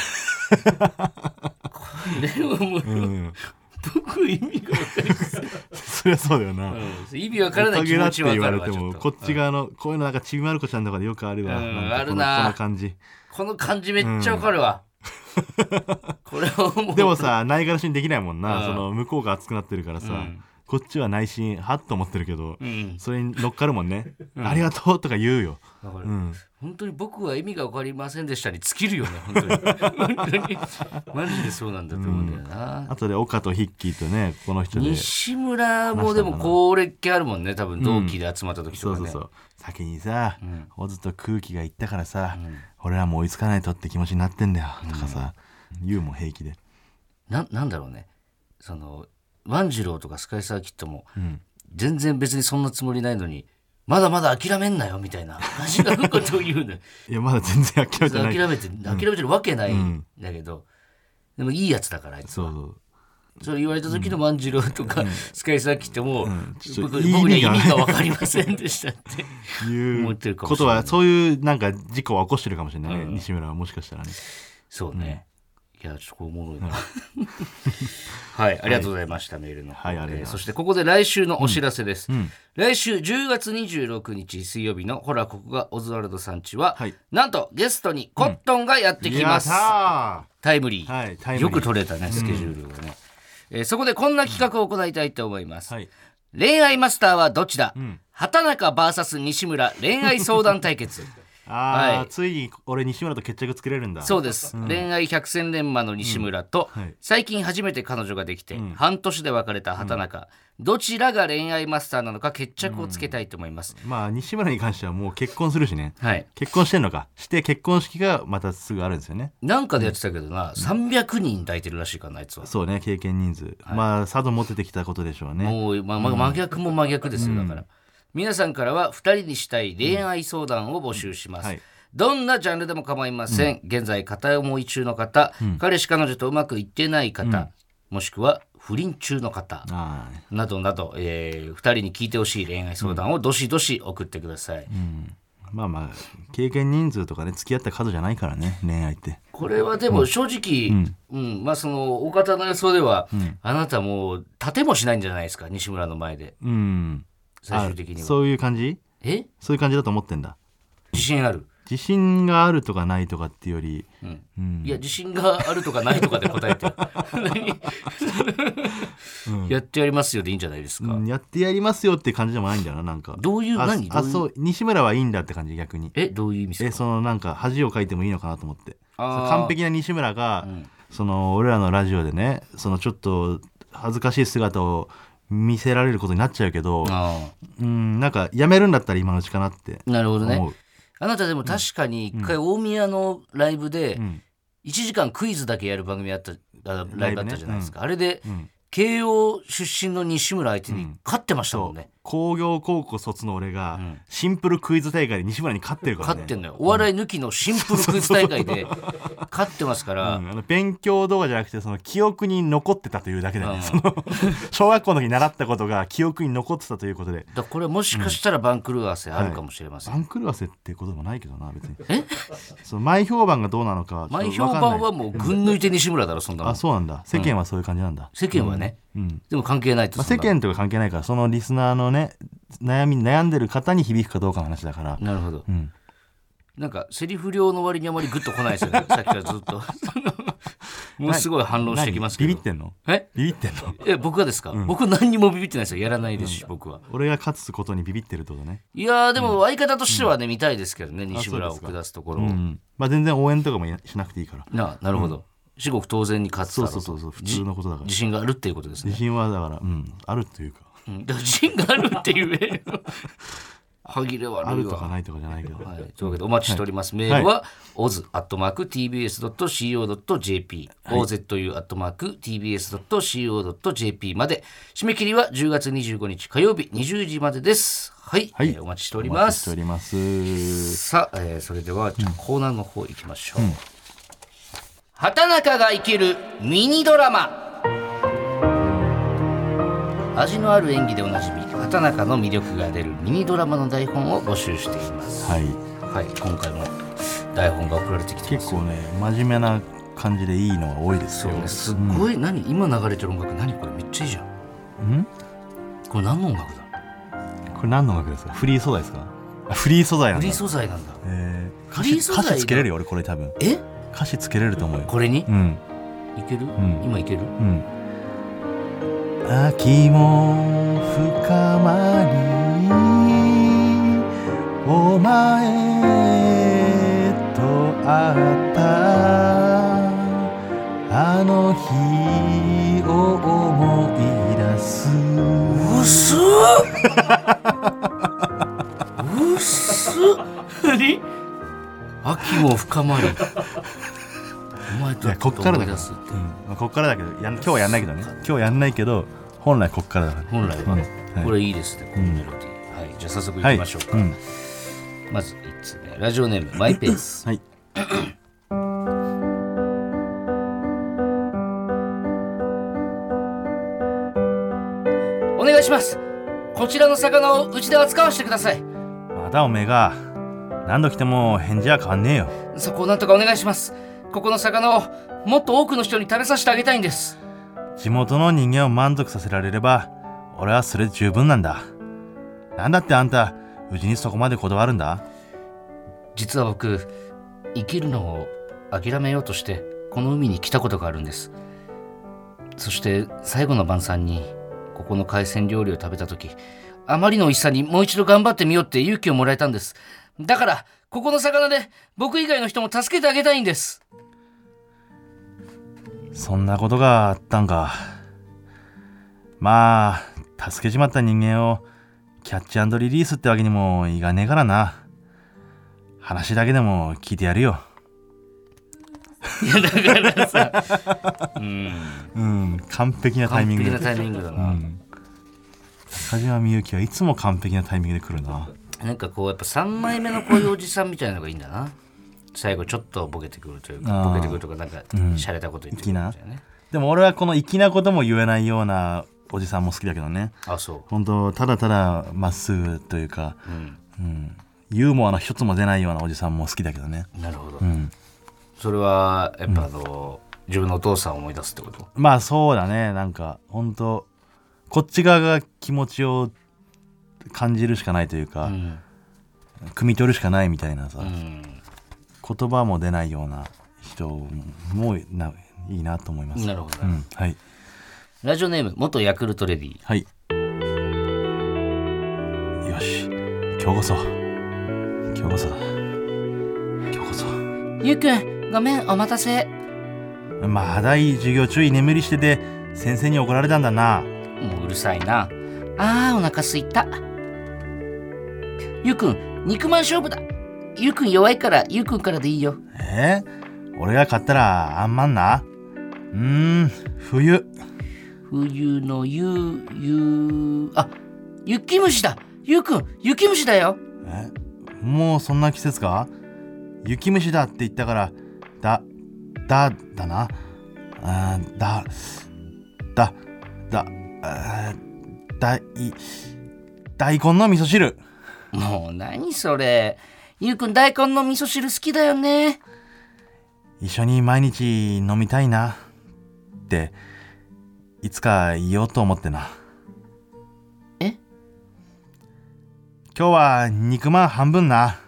これはもう僕意味が分かりません。 そりゃそうだよな。 意味分からない気持ちは分かるわ。 こっち側のこういうのなんかちびまる子ちゃんとかでよくあるわ。 あるな。 この感じ。 この感じめっちゃわかるわ。これはもうでもさ、ないがらしにできないもんな。その向こうが熱くなってるからさ、こっちは内心はっと思ってるけど、それに乗っかるもんね。ありがとうとか言うよ。 本当に僕は意味が分かりませんでしたに尽きるよね。本当にマジでそうなんだと思うんだよな。 あとで岡とヒッキーとね、この人で西村もでも高齢期あるもんね。多分同期で集まった時とかね。 そう先にさ、オズと空気が言ったからさ、俺らも追いつかないとって気持ちになってんだよとかさ、言うも平気で。 なんだろうね。その万次郎とかスカイサーキットも、全然別にそんなつもりないのに、まだまだ諦めんなよみたいな感じのことを言うの。 いやまだ全然諦めてない。 諦めてるわけないんだけど、でもいいやつだからあいつは。それ言われた時の万次郎とか、スカイサーキットも、僕には意味が分かりませんでしたって思ってるかもしれない。 ことはそういうなんか事故は起こしてるかもしれないね、西村はもしかしたらね。 そうね。いやちょっとおもろいな。はい、ありがとうございました、メールの方。そしてここで来週のお知らせです。来週10月26日水曜日のほらここがオズワルドさんちは、なんとゲストにコットンがやってきます。タイムリー。よく取れたねスケジュールがね。そこでこんな企画を行いたいと思います。恋愛マスターはどっちだ、畑中 VS 西村恋愛相談対決。 ついに俺西村と決着つけれるんだ。 そうです、恋愛百戦錬磨の西村と、最近初めて彼女ができて、半年で別れた畑中、どちらが恋愛マスターなのか決着をつけたいと思います。 まあ西村に関してはもう結婚するしね、結婚してんのかして結婚式がまたすぐあるんですよね。 なんかでやってたけどな、300人抱いてるらしいからなあいつは。 そうね、経験人数、まあ佐渡持っててきたことでしょうね。 もう、真逆も真逆ですよ。だから、皆さんからは2人にしたい恋愛相談を募集します。どんなジャンルでも構いません。現在片思い中の方、彼氏彼女とうまくいってない方、もしくは不倫中の方などなど、2人に聞いてほしい恋愛相談をどしどし送ってください、 まあまあ経験人数とかね付き合った数じゃないからね恋愛って。 これはでも正直、まあそのお方の予想では、あなたもう立てもしないんじゃないですか西村の前で、最終的には。 そういう感じ？そういう感じだと思ってんだ。 自信ある？ 自信があるとかないとかっていうより、 いや自信があるとかないとかで答えてやってやりますよでいいんじゃないですか、 やってやりますよって感じでもないんだよな。なんかどういう何そう西村はいいんだって感じ。逆にどういう意味ですか？ そのなんか恥をかいてもいいのかなと思って。完璧な西村が、その俺らのラジオでねそのちょっと恥ずかしい姿を見せられることになっちゃうけど、なんかやめるんだったら今のうちかなって思う。 なるほどね。あなたでも確かに一回大宮のライブで1時間クイズだけやる番組あったライブあったじゃないですか、あれで、慶応出身の西村相手に勝ってましたもんね、 工業高校卒の俺がシンプルクイズ大会で西村に勝ってるからね。 勝ってんのよ。お笑い抜きのシンプルクイズ大会で勝ってますから、 勉強動画じゃなくてその記憶に残ってたというだけでね、その小学校の時習ったことが記憶に残ってたということで、 だこれもしかしたら番狂わせあるかもしれません、 番狂わせってこともないけどな別に。その前評判がどうなのか前評判はもう群抜いて西村だろそんなの。 そうなんだ。世間はそういう感じなんだ。 世間はね、でも関係ないと、 世間とか関係ないから、そのリスナーのね悩んでる方に響くかどうかの話だから。 なるほど、なんかセリフ量の割にあまりグッとこないですよねさっきからずっともうすごい反論してきますけど。 ビビってんの？ビビってんの？ 僕がですか、僕何にもビビってないですよ。やらないですし、僕は。 俺が勝つことにビビってるってことね。 いやでも相方としてはね、見たいですけどね西村を下すところを、 まあ全然応援とかもしなくていいから。 なるほど、至極当然に勝つだろうと。 そう普通のことだから。 自信があるっていうことですね。 自信はだからあるというか、 自信があるっていう歯切れ悪いわ。 あるとかないとかじゃないけど、 というわけでお待ちしております、メールは oz@tbs.co.jp ozu@tbs.co.jp まで。締め切りは10月25日火曜日20時までです。はい、お待ちしております。さあ、それではじゃあコーナーの方行きましょう、畑中が生きるミニドラマ。味のある演技でおなじみ畑中の魅力が出るミニドラマの台本を募集しています。今回も台本が送られてきてます。 結構ね真面目な感じでいいのが多いですよ。 すっごい、今流れてる音楽何これめっちゃいいじゃん。これ何の音楽だ？ これ何の音楽ですか？フリー素材ですか？フリー素材なんだ。 フリー素材なんだ。 歌詞つけれるよ俺これ多分。歌詞つけれると思うよこれに。いける？今いける？ 秋も深まりお前と会ったあの日を思い出す。 うっす何？秋も深まりお前とこっからだけど、こっからだけど今日はやんないけどね。今日やんないけど本来こっからだから。 本来は、これいいですねこのメロディー。じゃあ早速いきましょうか。まず1つ目、ラジオネームマイペース。お願いします。こちらの魚をうちで扱わせてください。 まだおめえが何度来ても返事は変わんねえよ。 そこをなんとかお願いします。ここの魚をもっと多くの人に食べさせてあげたいんです。 地元の人間を満足させられれば俺はそれで十分なんだ。なんだってあんたうちにそこまでこだわるんだ？ 実は僕生きるのを諦めようとしてこの海に来たことがあるんです。そして最後の晩餐にここの海鮮料理を食べた時、あまりの美味しさにもう一度頑張ってみようって勇気をもらえたんです。だからここの魚で僕以外の人も助けてあげたいんです。 そんなことがあったんか。まあ助けちまった人間をキャッチ&リリースってわけにもいかねえからな。話だけでも聞いてやるよ。 いやだからさ完璧なタイミング。 完璧なタイミングだな。 中島みゆきはいつも完璧なタイミングで来るな。 なんかこうやっぱ3枚目のこういうおじさんみたいなのがいいんだな。最後ちょっとボケてくるというか、ボケてくるとかなんか洒落たこと言ってくるみたいなね。 でも俺はこの粋なことも言えないようなおじさんも好きだけどね。 あ、そう。 本当ただただまっすぐというか、ユーモアの一つも出ないようなおじさんも好きだけどね。 なるほど。それはやっぱ自分のお父さんを思い出すってこと？ まあそうだね。なんか本当こっち側が気持ちを感じるしかないというか、汲み取るしかないみたいなさ、言葉も出ないような人もいいなと思います。 なるほど、 はい。 ラジオネーム元ヤクルトレディ。 はい。よし、今日こそゆうくん、ごめん、お待たせ。 まだいい授業中居眠りしてて先生に怒られたんだな。 もううるさいな。お腹すいた。ゆうくん、肉まん勝負だ。ゆうくん弱いからゆうくんからでいいよ。 俺が勝ったらあんまんな。冬の雪虫だ。ゆうくん、雪虫だよ。 もうそんな季節か？雪虫だって言ったからだな。大根の味噌汁。 もう何それ。ゆうくん大根の味噌汁好きだよね。 一緒に毎日飲みたいなっていつか言おうと思ってな。今日は肉まん半分な。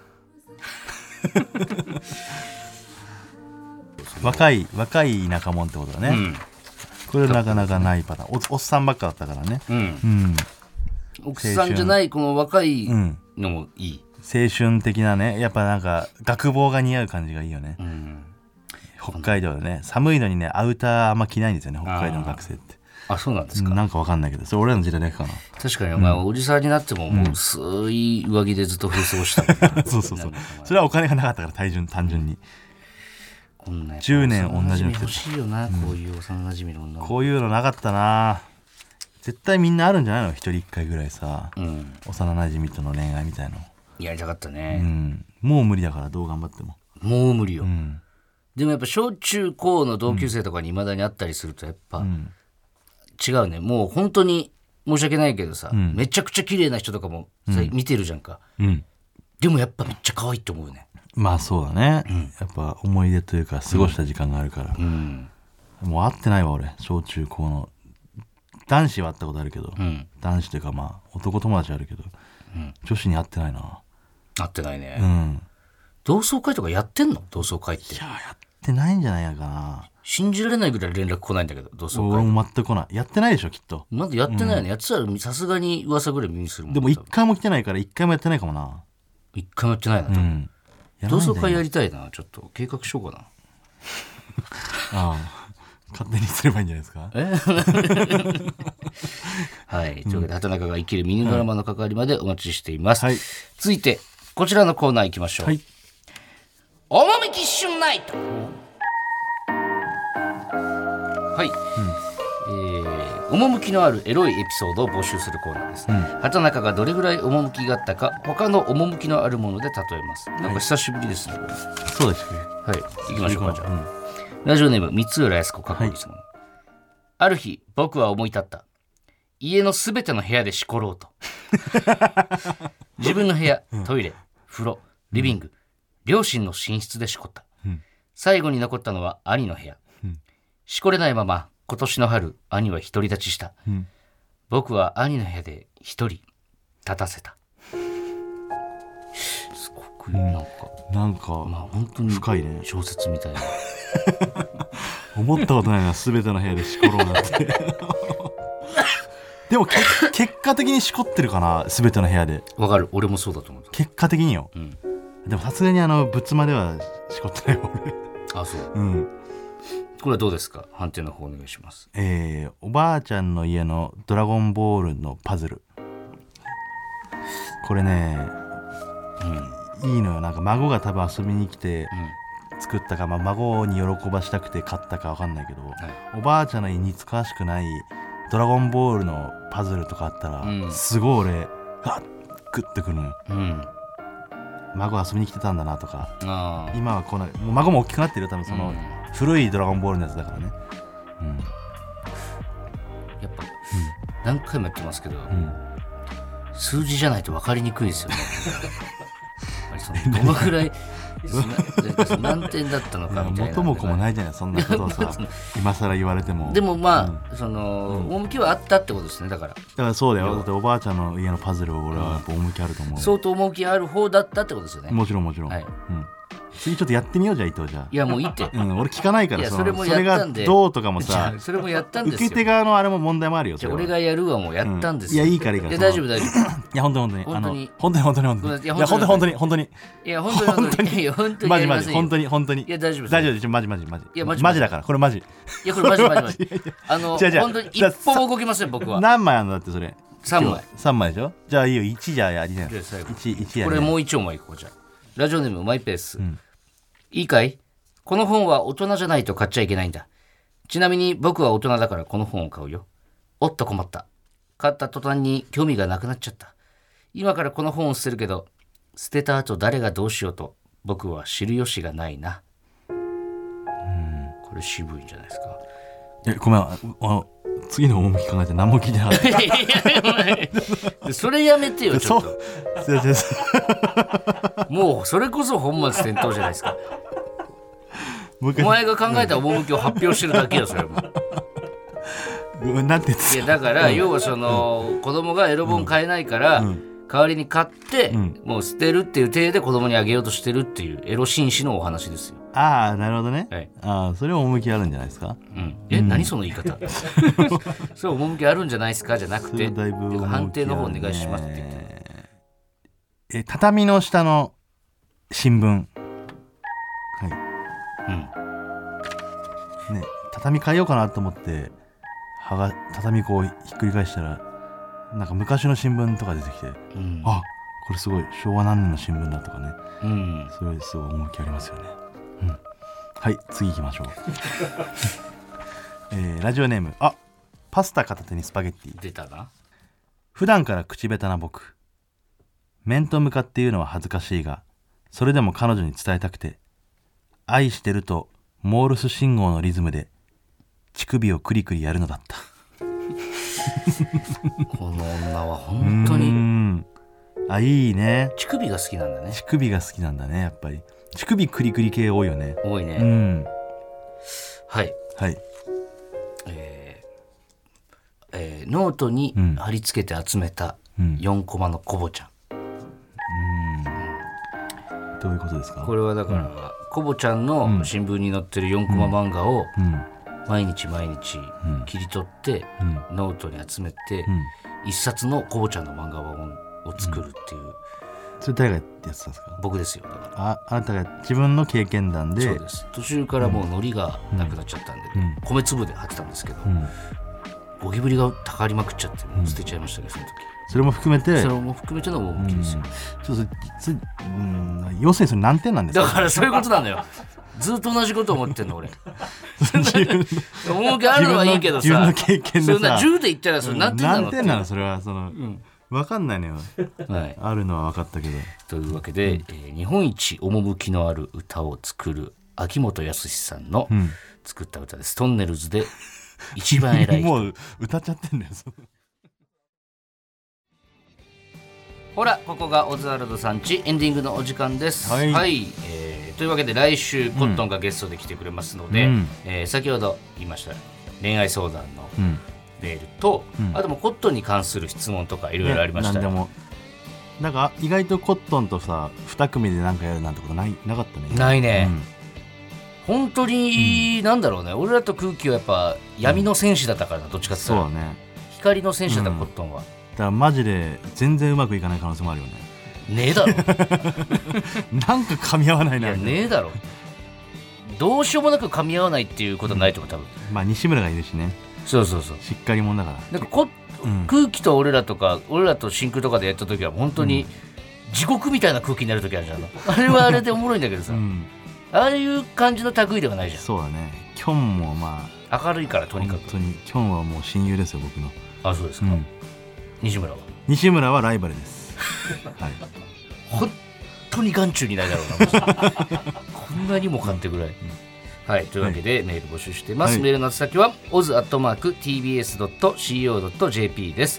若い田舎者ってことだね、これなかなかないパターン。おっさんばっかだったからね、 奥さんじゃないこの若いのもいい、 青春的なね。やっぱなんか学帽が似合う感じがいいよね、北海道でね、寒いのにねアウターあんま着ないんですよね、北海道の学生って。 あ、そうなんですか。 なんかわかんないけど、それ俺らの時代だけかな。 確かにお前、おじさんになってももう薄い上着でずっと降り過ごしたもんそうそれはお金がなかったから単純にこんな 10年同じの着て欲しいよな、こういう幼馴染の女の子。 こういうのなかったな。絶対みんなあるんじゃないの、一人一回ぐらいさ、幼馴染との恋愛みたいのやりたかったね、 もう無理だから、どう頑張ってももう無理よ、でもやっぱ小中高の同級生とかにいまだに会ったりするとやっぱ、違うね。もう本当に申し訳ないけどさ、めちゃくちゃ綺麗な人とかも見てるじゃんか、でもやっぱめっちゃ可愛いって思うよね。 まあそうだね、やっぱ思い出というか過ごした時間があるから、もう会ってないわ俺、小中高の。男子は会ったことあるけど、男子というかまあ男友達はあるけど、女子に会ってないな。 会ってないね、同窓会とかやってんの？同窓会って。 いややってないんじゃないかな。 信じられないぐらい連絡来ないんだけど、同窓会。 俺も全く来ない。やってないでしょきっと。 まだやってないよね、やってたらさすがに噂ぐらい耳にするもん。 でも一回も来てないから一回もやってないかもな。 一回もやってないな、同窓会やりたいな。ちょっと計画しようかな。 勝手にすればいいんじゃないですか。 はい、というわけで、畑中が生きるミニドラマの関わりまでお待ちしています、続いてこちらのコーナー行きましょう、趣旬ナイト。はい、趣のあるエロいエピソードを募集するコーナーです、畑中がどれぐらい趣があったか他の趣のあるもので例えます。なんか久しぶりですね、これ。 そうですね。 はい、行きましょうか。じゃあ、ラジオネーム三浦靖子かっこいいですもん、ある日僕は思い立った。家のすべての部屋でしころうと自分の部屋、トイレ、風呂、リビング、両親の寝室でしこった、最後に残ったのは兄の部屋、しこれないまま今年の春兄は独り立ちした、僕は兄の部屋で一人立たせた。すごくなんかまあ本当に深いね。 小説みたいな思ったことないな、すべての部屋でしころうなんてでも結果的にしこってるかな、すべての部屋で。 わかる、俺もそうだと思う。 結果的によ、でもさすがに仏間ではしこってない俺。 あ、そう、これはどうですか、判定の方お願いします。 おばあちゃんの家のドラゴンボールのパズル、これね、いいのよ。なんか孫が多分遊びに来て作ったか、孫に喜ばしたくて買ったか分かんないけど、おばあちゃんの家に似つかわしくないドラゴンボールのパズルとかあったら、すごい俺グッとくるのよ、孫遊びに来てたんだなとか。今はもう孫も大きくなってるよ多分、その古いドラゴンボールのやつだからね。 やっぱ、何回もやってますけど、数字じゃないと分かりにくいですよね。どのくらい何点だったのかみたいな。 元も子もないじゃない、そんなことをさ今更言われても。 でもまあ、趣はあったってことですね。だからそうだよ。だっておばあちゃんの家のパズルを俺はやっぱ趣あると思う。 相当趣ある方だったってことですよね。 もちろん、はい。次ちょっとやってみようじゃあ伊藤。じゃあいやもういいって、 俺聞かないから。 それもやったんで、 それがどうとかもさ、 それもやったんですよ。 受け手側のあれも問題もあるよ。 じゃあ俺がやるはもうやったんですよ。 いやいいからいいから。 大丈夫。いや本当に本当に本当に本当に本当にいや本当に本当に本当にいや本当にマジ本当に本当に。いや大丈夫ですマジいやマジだからこれマジ。 いやこれマジ本当に一歩も動きません僕は。 何枚あるのだってそれ。3枚でしょ。じゃあいいよ1じゃあやりなよ。1やこれもう1枚いこう。じゃあラジオネームマイペース。いいかい？この本は大人じゃないと買っちゃいけないんだ。ちなみに僕は大人だからこの本を買うよ。おっと困った。買った途端に興味がなくなっちゃった。今からこの本を捨てるけど、捨てた後誰がどうしようと僕は知る由がないな。これ渋いんじゃないですか。 ごめん、次の趣考えて何も聞いてなかった。 それやめてよちょっと。もうそれこそ本末転倒じゃないですか。お前が考えた趣を発表してるだけよそれも。 なんていやだから要は子供がエロ本買えないから、代わりに買って、もう捨てるっていう体で子供にあげようとしてるっていうエロ紳士のお話ですよ。 ああなるほどね、はい、それは趣あるんじゃないですか。 何その言い方。それ趣あるんじゃないですかじゃなくて、判定の方お願いしますって言って。 畳の下の新聞。はい。ね、畳変えようかなと思って畳こうひっくり返したらなんか昔の新聞とか出てきて、あ、これすごい昭和何年の新聞だとかね、それすごい趣ありますよね。はい次行きましょう。ラジオネームパスタ片手にスパゲッティ。 出たな。 普段から口下手な僕。面と向かって言うのは恥ずかしいが、それでも彼女に伝えたくて、愛してるとモールス信号のリズムで乳首をクリクリやるのだった。 この女は本当にいいね。 乳首が好きなんだね。 乳首が好きなんだね。やっぱり乳首クリクリ系多いよね。 多いね。はいはい。 ノートに貼り付けて集めた4コマのコボちゃん。 どういうことですか？ これはだから、コボちゃんの新聞に載ってる4コマ漫画を毎日切り取って、ノートに集めて、一冊のコボちゃんの漫画を作るっていう。 それ誰がやってたんですか？ 僕ですよ。だからあなたが自分の経験談で。 そうです。途中からもう海苔がなくなっちゃったんで、米粒で貼ってたんですけど、ゴキブリがたかりまくっちゃって捨てちゃいましたけど、その時。 それも含めての趣ですよ。 ちょっと要するにそれ何点なんですか？ だからそういうことなんだよ。ずっと同じこと思ってんの俺。趣あるのはいいけどさ、 自分の経験でさ、 そんな10で言ったらそれ何点なの？ 何点なのそれは分かんないのよ。あるのは分かったけど。 というわけで、日本一趣のある歌を作る秋元康さんの作った歌です。トンネルズで一番偉い人。 もう歌っちゃってんだよ。 ほらここがオズワルドさんちエンディングのお時間です。はい、というわけで来週コットンがゲストで来てくれますので、先ほど言いました恋愛相談のメールと、あともコットンに関する質問とかいろいろありました。 何でもなんか意外とコットンとさ2組でなんかやるなんてことなかったね。 ないね、本当になんだろうね、俺らと空気はやっぱ闇の戦士だったからな、どっちかって言ったら。そうね、光の戦士だったコットンは。 だからマジで全然うまくいかない可能性もあるよね。 ねえだろ。 なんか噛み合わないな。 いやねえだろ。どうしようもなく噛み合わないっていうことはないと思う多分。 まあ西村がいるしね。 そうしっかり者だから。 なんか空気と俺らと真空とかでやった時は本当に地獄みたいな空気になる時あるじゃん。あれはあれでおもろいんだけどさ、ああいう感じの類ではないじゃん。 そうだね。キョンもまあ明るいからとにかく。 本当にキョンはもう親友ですよ僕の。 あ、そうですか。西村はライバルです。はい。 本当に眼中にないだろうな。こんなにもかってぐらい。 はい、というわけで、メール募集しています、 はい、 メールの宛先は oz@tbs.co.jp です。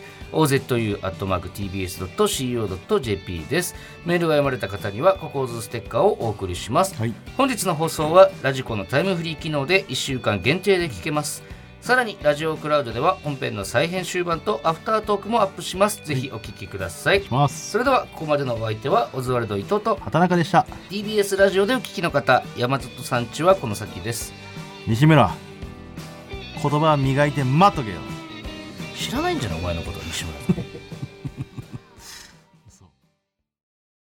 ozu@tbs.co.jp です。メールが読まれた方にはココーズステッカーをお送りします、はい、本日の放送はラジコのタイムフリー機能で1週間限定で聞けます。さらにラジオクラウドでは本編の再編集版とアフタートークもアップします。ぜひお聞きください。それではここまでのお相手はオズワルド伊藤と畑中でした。 TBS ラジオでお聞きの方、山里さんちはこの先です。 西村、言葉磨いて待っとけよ。 知らないんじゃないお前のこと西村